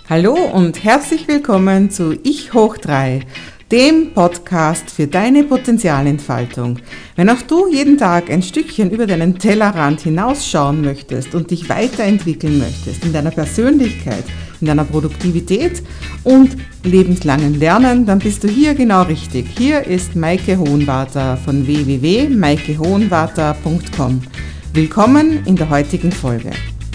Hallo und herzlich willkommen zu Ich hoch 3, dem Podcast für deine Potenzialentfaltung. Wenn auch du jeden Tag ein Stückchen über deinen Tellerrand hinausschauen möchtest und dich weiterentwickeln möchtest in deiner Persönlichkeit, in deiner Produktivität und lebenslangen Lernen, dann bist du hier genau richtig. Hier ist Maike Hohenwarter von www.maikehohenwarter.com. Willkommen in der heutigen Folge.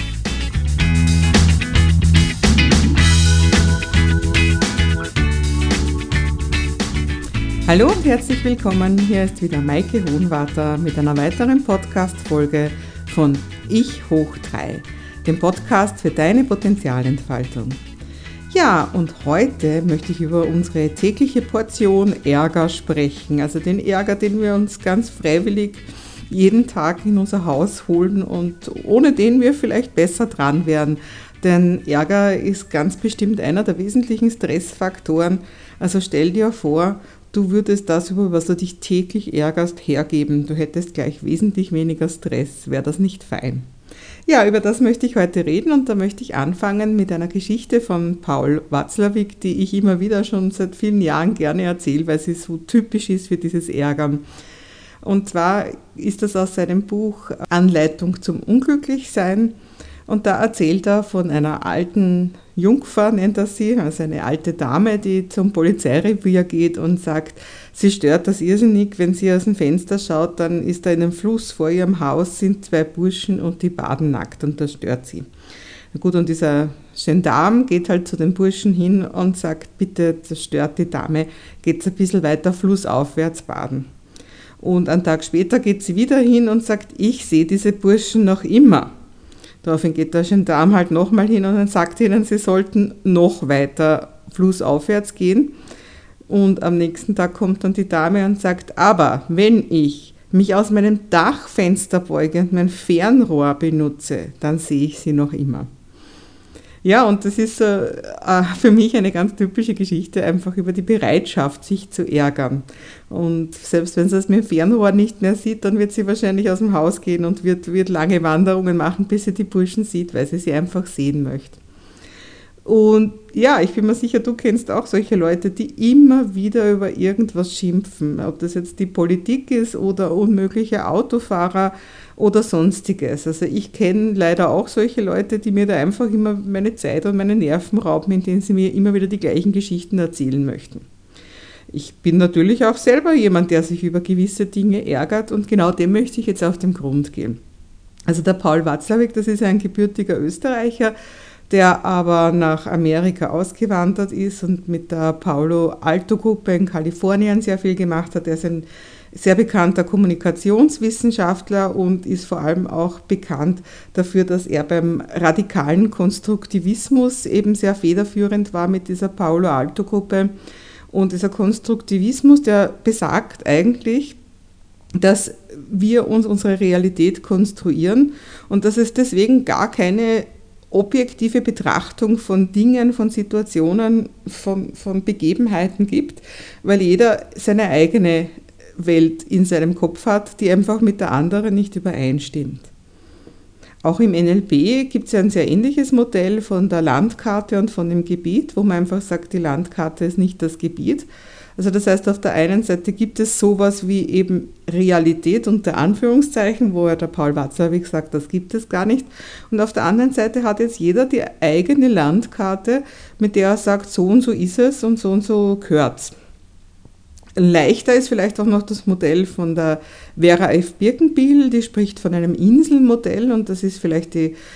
Hallo und herzlich willkommen, hier ist wieder Maike Hohenwarter mit einer weiteren Podcast-Folge von Ich hoch 3, dem Podcast für deine Potenzialentfaltung. Ja, und heute möchte ich über unsere tägliche Portion Ärger sprechen, also den Ärger, den wir uns ganz freiwillig jeden Tag in unser Haus holen und ohne den wir vielleicht besser dran wären. Denn Ärger ist ganz bestimmt einer der wesentlichen Stressfaktoren. Also stell dir vor, du würdest das, über was du dich täglich ärgerst, hergeben. Du hättest gleich wesentlich weniger Stress. Wäre das nicht fein? Ja, über das möchte ich heute reden und da möchte ich anfangen mit einer Geschichte von Paul Watzlawick, die ich immer wieder schon seit vielen Jahren gerne erzähle, weil sie so typisch ist für dieses Ärgern. Und zwar ist das aus seinem Buch Anleitung zum Unglücklichsein. Und da erzählt er von einer alten Jungfer, nennt er sie, also eine alte Dame, die zum Polizeirevier geht und sagt, sie stört das irrsinnig, wenn sie aus dem Fenster schaut, dann ist da in einem Fluss vor ihrem Haus, sind zwei Burschen und die baden nackt und das stört sie. Na gut, und dieser Gendarm geht halt zu den Burschen hin und sagt, bitte, das stört die Dame, geht's ein bisschen weiter flussaufwärts baden. Und einen Tag später geht sie wieder hin und sagt, ich sehe diese Burschen noch immer. Daraufhin geht der Gendarm halt nochmal hin und dann sagt ihnen, sie sollten noch weiter flussaufwärts gehen. Und am nächsten Tag kommt dann die Dame und sagt, aber wenn ich mich aus meinem Dachfenster beuge und mein Fernrohr benutze, dann sehe ich sie noch immer. Ja, und das ist für mich eine ganz typische Geschichte, einfach über die Bereitschaft, sich zu ärgern. Und selbst wenn sie es mit dem Fernrohr nicht mehr sieht, dann wird sie wahrscheinlich aus dem Haus gehen und wird lange Wanderungen machen, bis sie die Burschen sieht, weil sie einfach sehen möchte. Und ja, ich bin mir sicher, du kennst auch solche Leute, die immer wieder über irgendwas schimpfen, ob das jetzt die Politik ist oder unmögliche Autofahrer oder sonstiges. Also ich kenne leider auch solche Leute, die mir da einfach immer meine Zeit und meine Nerven rauben, indem sie mir immer wieder die gleichen Geschichten erzählen möchten. Ich bin natürlich auch selber jemand, der sich über gewisse Dinge ärgert und genau dem möchte ich jetzt auf den Grund gehen. Also der Paul Watzlawick, das ist ein gebürtiger Österreicher, der aber nach Amerika ausgewandert ist und mit der Palo Alto Gruppe in Kalifornien sehr viel gemacht hat. Er ist ein sehr bekannter Kommunikationswissenschaftler und ist vor allem auch bekannt dafür, dass er beim radikalen Konstruktivismus eben sehr federführend war mit dieser Palo Alto Gruppe. Und dieser Konstruktivismus, der besagt eigentlich, dass wir uns unsere Realität konstruieren und dass es deswegen gar keine objektive Betrachtung von Dingen, von Situationen, von Begebenheiten gibt, weil jeder seine eigene Welt in seinem Kopf hat, die einfach mit der anderen nicht übereinstimmt. Auch im NLP gibt es ja ein sehr ähnliches Modell von der Landkarte und von dem Gebiet, wo man einfach sagt, die Landkarte ist nicht das Gebiet. Also das heißt, auf der einen Seite gibt es sowas wie eben Realität unter Anführungszeichen, wo ja der Paul Watzlawick sagt, das gibt es gar nicht. Und auf der anderen Seite hat jetzt jeder die eigene Landkarte, mit der er sagt, so und so gehört's. Leichter ist vielleicht auch noch das Modell von der Vera F. Birkenbiel, die spricht von einem Inselmodell und das ist vielleicht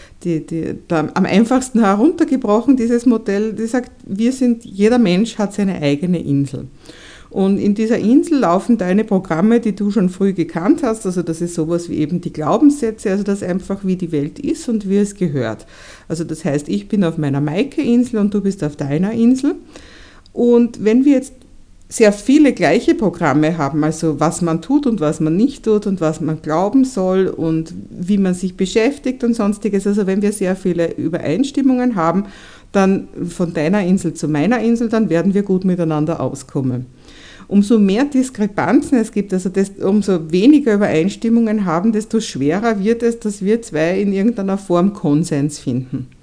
am einfachsten heruntergebrochen, dieses Modell, die sagt, jeder Mensch hat seine eigene Insel. Und in dieser Insel laufen deine Programme, die du schon früh gekannt hast, also das ist sowas wie eben die Glaubenssätze, also das einfach wie die Welt ist und wie es gehört. Also das heißt, ich bin auf meiner Maike-Insel und du bist auf deiner Insel. Und wenn wir jetzt sehr viele gleiche Programme haben, also was man tut und was man nicht tut und was man glauben soll und wie man sich beschäftigt und sonstiges. Also wenn wir sehr viele Übereinstimmungen haben, dann von deiner Insel zu meiner Insel, dann werden wir gut miteinander auskommen. Umso mehr Diskrepanzen es gibt, also umso weniger Übereinstimmungen haben, desto schwerer wird es, dass wir zwei in irgendeiner Form Konsens finden.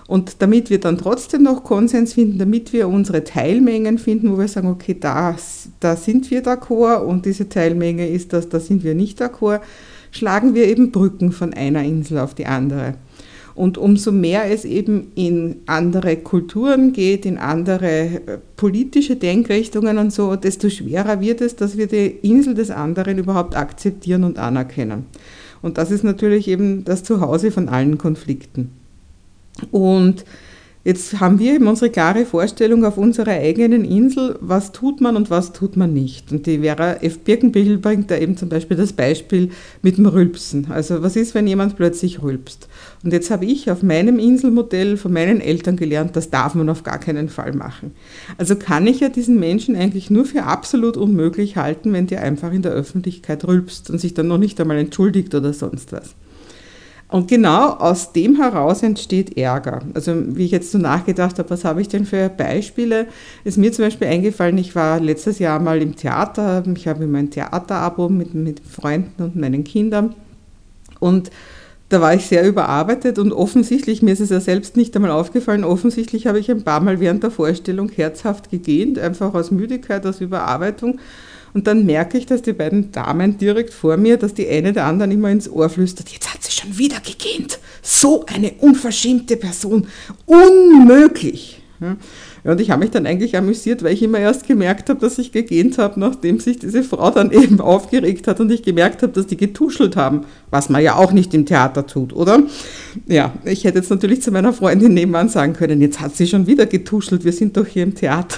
Und damit wir dann trotzdem noch Konsens finden, damit wir unsere Teilmengen finden, wo wir sagen, okay, da sind wir d'accord und diese Teilmenge ist das, da sind wir nicht d'accord, schlagen wir eben Brücken von einer Insel auf die andere. Und umso mehr es eben in andere Kulturen geht, in andere politische Denkrichtungen und so, desto schwerer wird es, dass wir die Insel des anderen überhaupt akzeptieren und anerkennen. Und das ist natürlich eben das Zuhause von allen Konflikten. Und jetzt haben wir eben unsere klare Vorstellung auf unserer eigenen Insel, was tut man und was tut man nicht. Und die Vera F. Birkenbichel bringt da eben zum Beispiel das Beispiel mit dem Rülpsen. Also was ist, wenn jemand plötzlich rülpst? Und jetzt habe ich auf meinem Inselmodell von meinen Eltern gelernt, das darf man auf gar keinen Fall machen. Also kann ich ja diesen Menschen eigentlich nur für absolut unmöglich halten, wenn der einfach in der Öffentlichkeit rülpst und sich dann noch nicht einmal entschuldigt oder sonst was. Und genau aus dem heraus entsteht Ärger. Also wie ich jetzt so nachgedacht habe, was habe ich denn für Beispiele, ist mir zum Beispiel eingefallen, ich war letztes Jahr mal im Theater, ich habe immer ein Theaterabo mit Freunden und meinen Kindern und da war ich sehr überarbeitet und offensichtlich, mir ist es ja selbst nicht einmal aufgefallen, offensichtlich habe ich ein paar Mal während der Vorstellung herzhaft gegähnt, einfach aus Müdigkeit, aus Überarbeitung. Und dann merke ich, dass die beiden Damen direkt vor mir, dass die eine der anderen immer ins Ohr flüstert, jetzt hat sie schon wieder gegähnt. So eine unverschämte Person. Unmöglich. Ja, und ich habe mich dann eigentlich amüsiert, weil ich immer erst gemerkt habe, dass ich gegähnt habe, nachdem sich diese Frau dann eben aufgeregt hat und ich gemerkt habe, dass die getuschelt haben, was man ja auch nicht im Theater tut, oder? Ja, ich hätte jetzt natürlich zu meiner Freundin nebenan sagen können, jetzt hat sie schon wieder getuschelt, wir sind doch hier im Theater.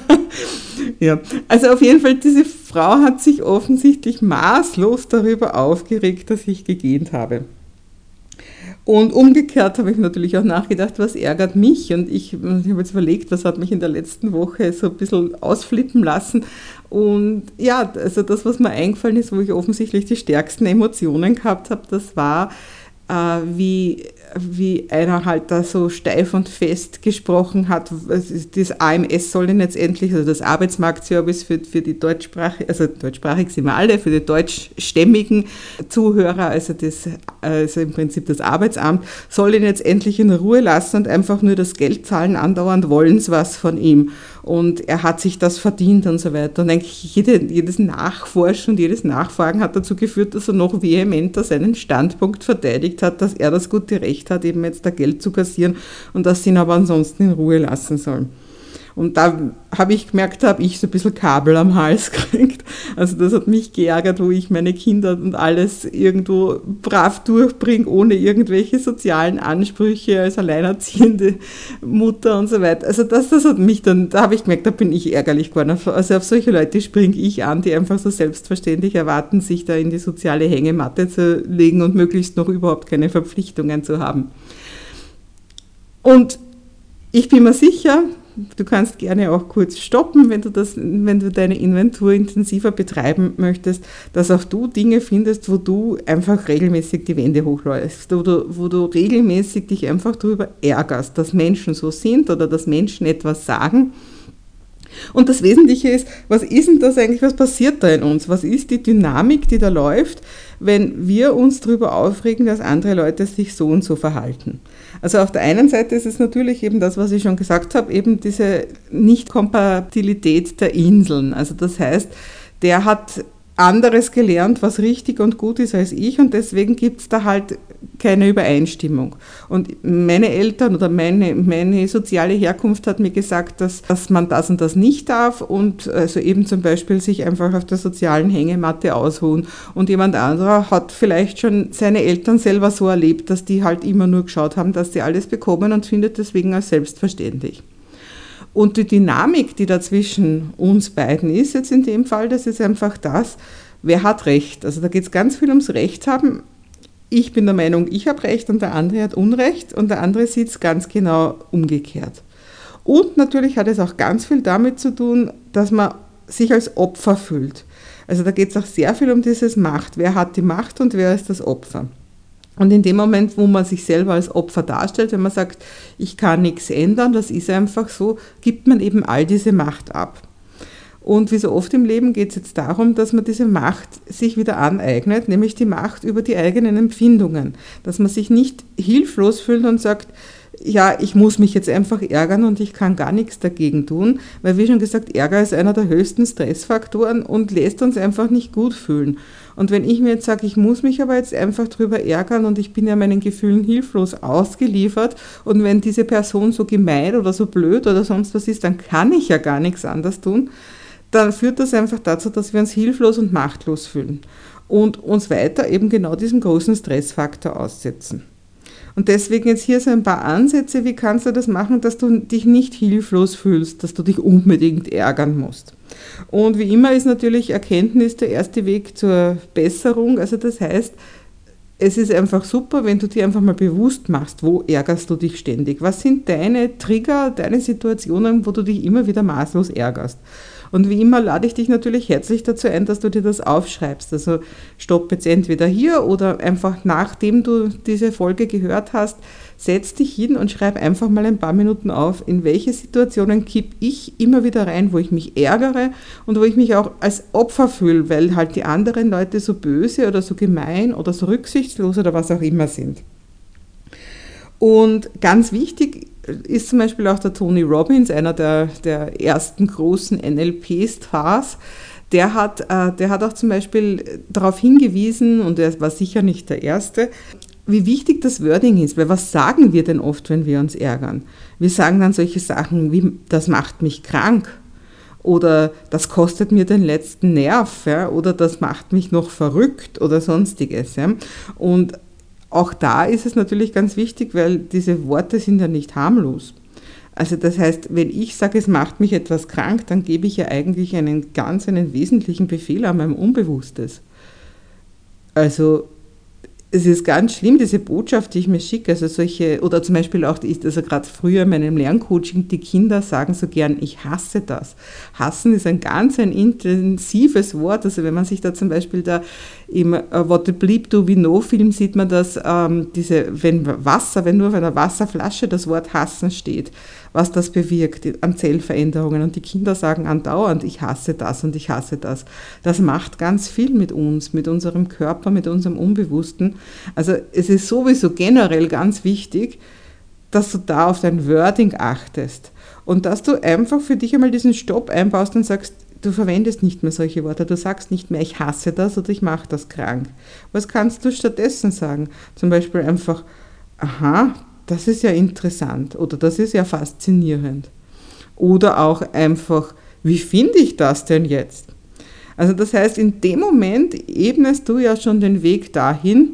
Ja, also auf jeden Fall, diese Frau hat sich offensichtlich maßlos darüber aufgeregt, dass ich gegähnt habe. Und umgekehrt habe ich natürlich auch nachgedacht, was ärgert mich? Und ich habe jetzt überlegt, was hat mich in der letzten Woche so ein bisschen ausflippen lassen. Und ja, also das, was mir eingefallen ist, wo ich offensichtlich die stärksten Emotionen gehabt habe, das war, wie einer halt da so steif und fest gesprochen hat, das AMS soll denn jetzt endlich, also das Arbeitsmarktservice für die deutschsprachigen, also deutschsprachig sind wir alle, für die deutschstämmigen Zuhörer, also im Prinzip das Arbeitsamt, soll ihn jetzt endlich in Ruhe lassen und einfach nur das Geld zahlen, andauernd wollen sie was von ihm. Und er hat sich das verdient und so weiter. Und eigentlich jedes Nachforschen und jedes Nachfragen hat dazu geführt, dass er noch vehementer seinen Standpunkt verteidigt hat, dass er das gute Recht hat, eben jetzt da Geld zu kassieren und dass sie ihn aber ansonsten in Ruhe lassen sollen. Und da habe ich gemerkt, da habe ich so ein bisschen Kabel am Hals gekriegt. Also das hat mich geärgert, wo ich meine Kinder und alles irgendwo brav durchbringe, ohne irgendwelche sozialen Ansprüche als alleinerziehende Mutter und so weiter. Also das hat mich dann, da habe ich gemerkt, da bin ich ärgerlich geworden. Also auf solche Leute springe ich an, die einfach so selbstverständlich erwarten, sich da in die soziale Hängematte zu legen und möglichst noch überhaupt keine Verpflichtungen zu haben. Und ich bin mir sicher, du kannst gerne auch kurz stoppen, wenn du deine Inventur intensiver betreiben möchtest, dass auch du Dinge findest, wo du einfach regelmäßig die Wände hochläufst, wo du regelmäßig dich einfach darüber ärgerst, dass Menschen so sind oder dass Menschen etwas sagen. Und das Wesentliche ist, was ist denn das eigentlich, was passiert da in uns? Was ist die Dynamik, die da läuft, wenn wir uns darüber aufregen, dass andere Leute sich so und so verhalten? Also auf der einen Seite ist es natürlich eben das, was ich schon gesagt habe, eben diese Nicht-Kompatibilität der Inseln. Also das heißt, der hat anderes gelernt, was richtig und gut ist als ich und deswegen gibt es da halt keine Übereinstimmung. Und meine Eltern oder meine soziale Herkunft hat mir gesagt, dass man das und das nicht darf und also eben zum Beispiel sich einfach auf der sozialen Hängematte ausruhen. Und jemand anderer hat vielleicht schon seine Eltern selber so erlebt, dass die halt immer nur geschaut haben, dass sie alles bekommen und findet deswegen als selbstverständlich. Und die Dynamik, die da zwischen uns beiden ist, jetzt in dem Fall, das ist einfach das, wer hat Recht. Also da geht es ganz viel ums Recht haben. Ich bin der Meinung, ich habe Recht und der andere hat Unrecht und der andere sieht es ganz genau umgekehrt. Und natürlich hat es auch ganz viel damit zu tun, dass man sich als Opfer fühlt. Also da geht es auch sehr viel um dieses Macht. Wer hat die Macht und wer ist das Opfer? Und in dem Moment, wo man sich selber als Opfer darstellt, wenn man sagt, ich kann nichts ändern, das ist einfach so, gibt man eben all diese Macht ab. Und wie so oft im Leben geht es jetzt darum, dass man diese Macht sich wieder aneignet, nämlich die Macht über die eigenen Empfindungen. Dass man sich nicht hilflos fühlt und sagt, ja, ich muss mich jetzt einfach ärgern und ich kann gar nichts dagegen tun, weil wie schon gesagt, Ärger ist einer der höchsten Stressfaktoren und lässt uns einfach nicht gut fühlen. Und wenn ich mir jetzt sage, ich muss mich aber jetzt einfach drüber ärgern und ich bin ja meinen Gefühlen hilflos ausgeliefert und wenn diese Person so gemein oder so blöd oder sonst was ist, dann kann ich ja gar nichts anderes tun, dann führt das einfach dazu, dass wir uns hilflos und machtlos fühlen und uns weiter eben genau diesem großen Stressfaktor aussetzen. Und deswegen jetzt hier so ein paar Ansätze, wie kannst du das machen, dass du dich nicht hilflos fühlst, dass du dich unbedingt ärgern musst. Und wie immer ist natürlich Erkenntnis der erste Weg zur Besserung. Also das heißt, es ist einfach super, wenn du dir einfach mal bewusst machst, wo ärgerst du dich ständig? Was sind deine Trigger, deine Situationen, wo du dich immer wieder maßlos ärgerst? Und wie immer lade ich dich natürlich herzlich dazu ein, dass du dir das aufschreibst. Also stopp jetzt entweder hier oder einfach nachdem du diese Folge gehört hast, setz dich hin und schreib einfach mal ein paar Minuten auf, in welche Situationen kipp ich immer wieder rein, wo ich mich ärgere und wo ich mich auch als Opfer fühle, weil halt die anderen Leute so böse oder so gemein oder so rücksichtslos oder was auch immer sind. Und ganz wichtig ist zum Beispiel auch der Tony Robbins, einer der ersten großen NLP-Stars. Der hat auch zum Beispiel darauf hingewiesen, und er war sicher nicht der Erste, wie wichtig das Wording ist. Weil was sagen wir denn oft, wenn wir uns ärgern? Wir sagen dann solche Sachen wie, das macht mich krank. Oder das kostet mir den letzten Nerv. Ja? Oder das macht mich noch verrückt oder sonstiges. Ja? Und auch da ist es natürlich ganz wichtig, weil diese Worte sind ja nicht harmlos. Also das heißt, wenn ich sage, es macht mich etwas krank, dann gebe ich ja eigentlich einen wesentlichen Befehl an meinem Unbewusstes. Also es ist ganz schlimm, diese Botschaft, die ich mir schicke, also solche, oder zum Beispiel auch, also gerade früher in meinem Lerncoaching, die Kinder sagen so gern, ich hasse das. Hassen ist ein intensives Wort, also wenn man sich da zum Beispiel da im What the Bleep Do We Know Film sieht man das, wenn nur auf einer Wasserflasche das Wort hassen steht, was das bewirkt an Zellveränderungen und die Kinder sagen andauernd, ich hasse das und ich hasse das. Das macht ganz viel mit uns, mit unserem Körper, mit unserem Unbewussten. Also es ist sowieso generell ganz wichtig, dass du da auf dein Wording achtest und dass du einfach für dich einmal diesen Stopp einbaust und sagst, du verwendest nicht mehr solche Worte, du sagst nicht mehr, ich hasse das oder ich mache das krank. Was kannst du stattdessen sagen? Zum Beispiel einfach, aha, das ist ja interessant oder das ist ja faszinierend. Oder auch einfach, wie finde ich das denn jetzt? Also das heißt, in dem Moment ebnest du ja schon den Weg dahin,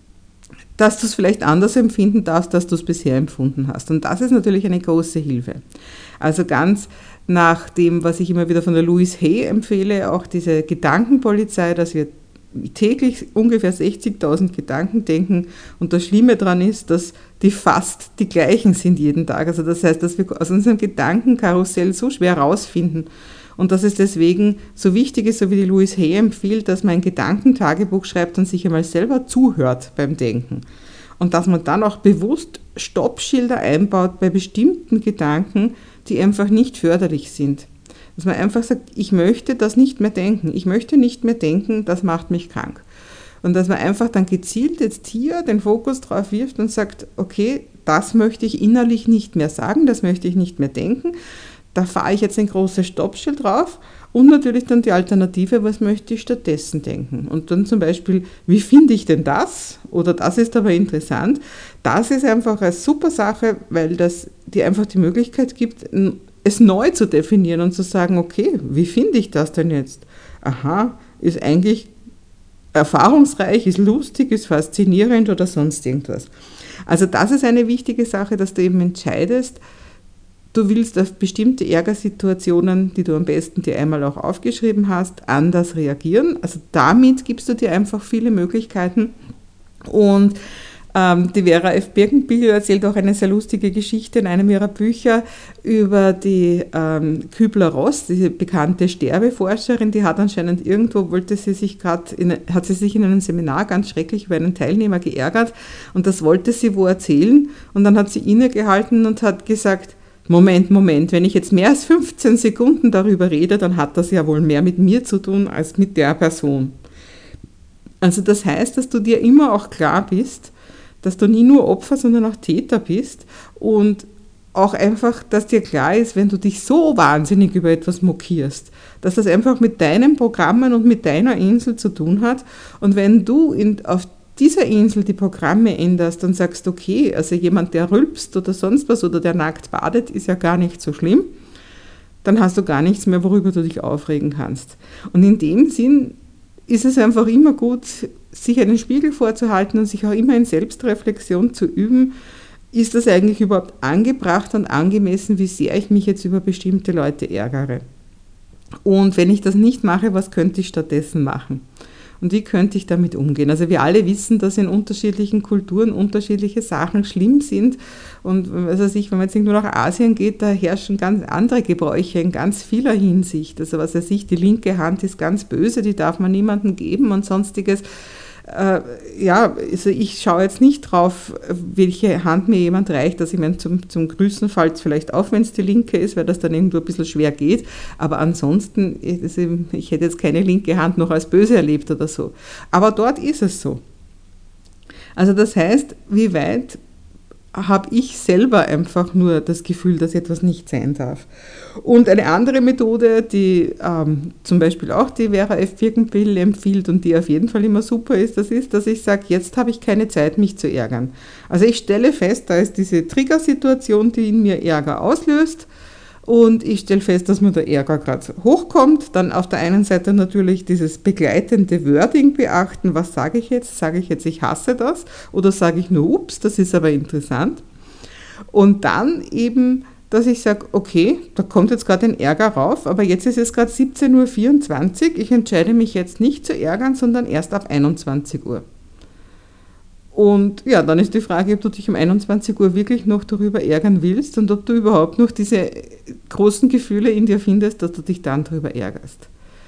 dass du es vielleicht anders empfinden darfst, als du es bisher empfunden hast. Und das ist natürlich eine große Hilfe. Also ganz nach dem, was ich immer wieder von der Louise Hay empfehle, auch diese Gedankenpolizei, dass wir täglich ungefähr 60.000 Gedanken denken und das Schlimme daran ist, dass die fast die gleichen sind jeden Tag. Also das heißt, dass wir aus unserem Gedankenkarussell so schwer rausfinden und dass es deswegen so wichtig ist, so wie die Louise Hay empfiehlt, dass man ein Gedankentagebuch schreibt und sich einmal selber zuhört beim Denken. Und dass man dann auch bewusst Stoppschilder einbaut bei bestimmten Gedanken, die einfach nicht förderlich sind. Dass man einfach sagt, ich möchte das nicht mehr denken. Ich möchte nicht mehr denken, das macht mich krank. Und dass man einfach dann gezielt jetzt hier den Fokus drauf wirft und sagt, okay, das möchte ich innerlich nicht mehr sagen, das möchte ich nicht mehr denken. Da fahre ich jetzt ein großes Stoppschild drauf und natürlich dann die Alternative, was möchte ich stattdessen denken. Und dann zum Beispiel, wie finde ich denn das? Oder das ist aber interessant. Das ist einfach eine super Sache, weil das dir einfach die Möglichkeit gibt, es neu zu definieren und zu sagen, okay, wie finde ich das denn jetzt? Aha, ist eigentlich erfahrungsreich, ist lustig, ist faszinierend oder sonst irgendwas. Also das ist eine wichtige Sache, dass du eben entscheidest, du willst auf bestimmte Ärgersituationen, die du am besten dir einmal auch aufgeschrieben hast, anders reagieren. Also damit gibst du dir einfach viele Möglichkeiten. Und die Vera F. Birkenbiel erzählt auch eine sehr lustige Geschichte in einem ihrer Bücher über die Kübler-Ross, diese bekannte Sterbeforscherin, die hat anscheinend irgendwo, hat sie sich in einem Seminar ganz schrecklich über einen Teilnehmer geärgert und das wollte sie wo erzählen und dann hat sie innegehalten und hat gesagt, Moment, wenn ich jetzt mehr als 15 Sekunden darüber rede, dann hat das ja wohl mehr mit mir zu tun als mit der Person. Also das heißt, dass du dir immer auch klar bist, dass du nie nur Opfer, sondern auch Täter bist und auch einfach, dass dir klar ist, wenn du dich so wahnsinnig über etwas mokierst, dass das einfach mit deinen Programmen und mit deiner Insel zu tun hat. Und wenn du auf dieser Insel die Programme änderst und sagst, okay, also jemand, der rülpst oder sonst was oder der nackt badet, ist ja gar nicht so schlimm, dann hast du gar nichts mehr, worüber du dich aufregen kannst. Und in dem Sinn ist es einfach immer gut, sich einen Spiegel vorzuhalten und sich auch immer in Selbstreflexion zu üben. Ist das eigentlich überhaupt angebracht und angemessen, wie sehr ich mich jetzt über bestimmte Leute ärgere? Und wenn ich das nicht mache, was könnte ich stattdessen machen? Und wie könnte ich damit umgehen? Also wir alle wissen, dass in unterschiedlichen Kulturen unterschiedliche Sachen schlimm sind. Und also wenn man jetzt irgendwo nach Asien geht, da herrschen ganz andere Gebräuche in ganz vieler Hinsicht. Also was weiß ich, die linke Hand ist ganz böse, die darf man niemandem geben und sonstiges. Also ich schaue jetzt nicht drauf, welche Hand mir jemand reicht, dass ich mir zum Grüßen fällt vielleicht auf, wenn es die linke ist, weil das dann irgendwo ein bisschen schwer geht, aber ansonsten, ich hätte jetzt keine linke Hand noch als böse erlebt oder so. Aber dort ist es so. Also das heißt, wie weit habe ich selber einfach nur das Gefühl, dass etwas nicht sein darf. Und eine andere Methode, die zum Beispiel auch die Vera F. Birkenbill empfiehlt und die auf jeden Fall immer super ist, das ist, dass ich sage, jetzt habe ich keine Zeit, mich zu ärgern. Also ich stelle fest, da ist diese Triggersituation, die in mir Ärger auslöst, und ich stelle fest, dass mir der Ärger gerade hochkommt. Dann auf der einen Seite natürlich dieses begleitende Wording beachten. Was sage ich jetzt? Sage ich jetzt, ich hasse das? Oder sage ich nur, ups, das ist aber interessant? Und dann eben, dass ich sage, okay, da kommt jetzt gerade ein Ärger rauf, aber jetzt ist es gerade 17:24 Uhr. Ich entscheide mich jetzt nicht zu ärgern, sondern erst ab 21 Uhr. Und ja, dann ist die Frage, ob du dich um 21 Uhr wirklich noch darüber ärgern willst und ob du überhaupt noch diese großen Gefühle in dir findest, dass du dich dann darüber ärgerst.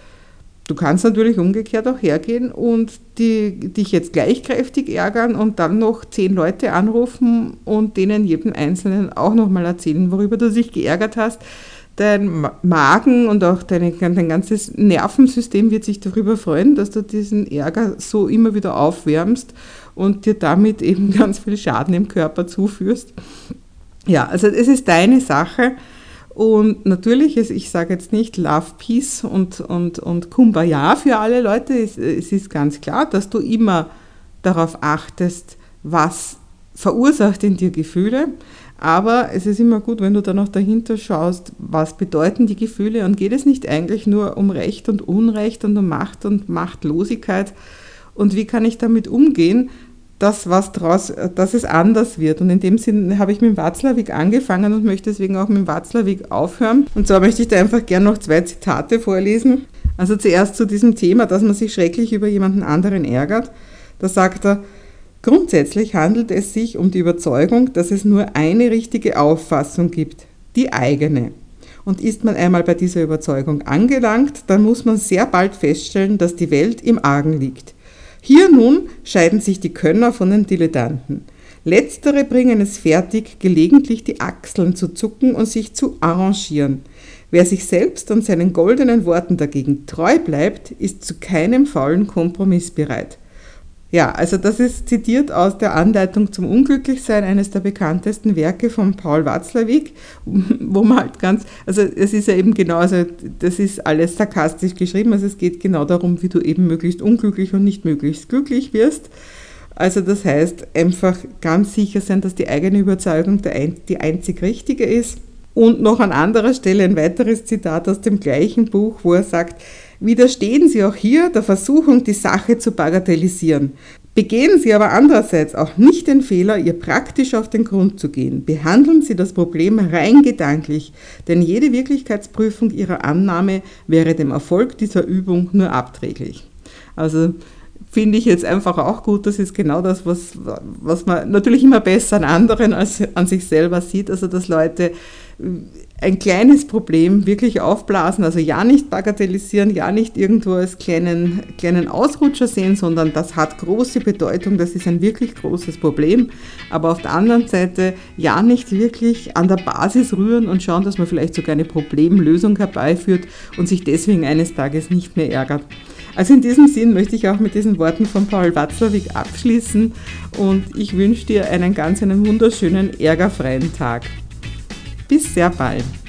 Du kannst natürlich umgekehrt auch hergehen und dich jetzt gleichkräftig ärgern und dann noch 10 Leute anrufen und denen jedem Einzelnen auch nochmal erzählen, worüber du dich geärgert hast. Dein Magen und auch dein ganzes Nervensystem wird sich darüber freuen, dass du diesen Ärger so immer wieder aufwärmst und dir damit eben ganz viel Schaden im Körper zuführst. Ja, also es ist deine Sache und natürlich, ich sage jetzt nicht Love, Peace und Kumbaya für alle Leute, es ist ganz klar, dass du immer darauf achtest, was verursacht in dir Gefühle, aber es ist immer gut, wenn du dann auch dahinter schaust, was bedeuten die Gefühle und geht es nicht eigentlich nur um Recht und Unrecht und um Macht und Machtlosigkeit und wie kann ich damit umgehen, dass es anders wird. Und in dem Sinn habe ich mit dem Watzlawick angefangen und möchte deswegen auch mit dem Watzlawick aufhören. Und zwar möchte ich da einfach gerne noch 2 Zitate vorlesen. Also zuerst zu diesem Thema, dass man sich schrecklich über jemanden anderen ärgert. Da sagt er, grundsätzlich handelt es sich um die Überzeugung, dass es nur eine richtige Auffassung gibt, die eigene. Und ist man einmal bei dieser Überzeugung angelangt, dann muss man sehr bald feststellen, dass die Welt im Argen liegt. Hier nun scheiden sich die Könner von den Dilettanten. Letztere bringen es fertig, gelegentlich die Achseln zu zucken und sich zu arrangieren. Wer sich selbst und seinen goldenen Worten dagegen treu bleibt, ist zu keinem faulen Kompromiss bereit. Ja, also das ist zitiert aus der Anleitung zum Unglücklichsein, eines der bekanntesten Werke von Paul Watzlawick, wo man halt also es ist ja eben genau, also das ist alles sarkastisch geschrieben, also es geht genau darum, wie du eben möglichst unglücklich und nicht möglichst glücklich wirst. Also das heißt, einfach ganz sicher sein, dass die eigene Überzeugung die einzig richtige ist. Und noch an anderer Stelle ein weiteres Zitat aus dem gleichen Buch, wo er sagt, widerstehen Sie auch hier der Versuchung, die Sache zu bagatellisieren. Begehen Sie aber andererseits auch nicht den Fehler, ihr praktisch auf den Grund zu gehen. Behandeln Sie das Problem rein gedanklich, denn jede Wirklichkeitsprüfung Ihrer Annahme wäre dem Erfolg dieser Übung nur abträglich. Also finde ich jetzt einfach auch gut, das ist genau das, was man natürlich immer besser an anderen als an sich selber sieht, also dass Leute ein kleines Problem wirklich aufblasen, also ja nicht bagatellisieren, ja nicht irgendwo als kleinen Ausrutscher sehen, sondern das hat große Bedeutung, das ist ein wirklich großes Problem, aber auf der anderen Seite ja nicht wirklich an der Basis rühren und schauen, dass man vielleicht sogar eine Problemlösung herbeiführt und sich deswegen eines Tages nicht mehr ärgert. Also in diesem Sinn möchte ich auch mit diesen Worten von Paul Watzlawick abschließen und ich wünsche dir einen wunderschönen, ärgerfreien Tag. Bis sehr bald.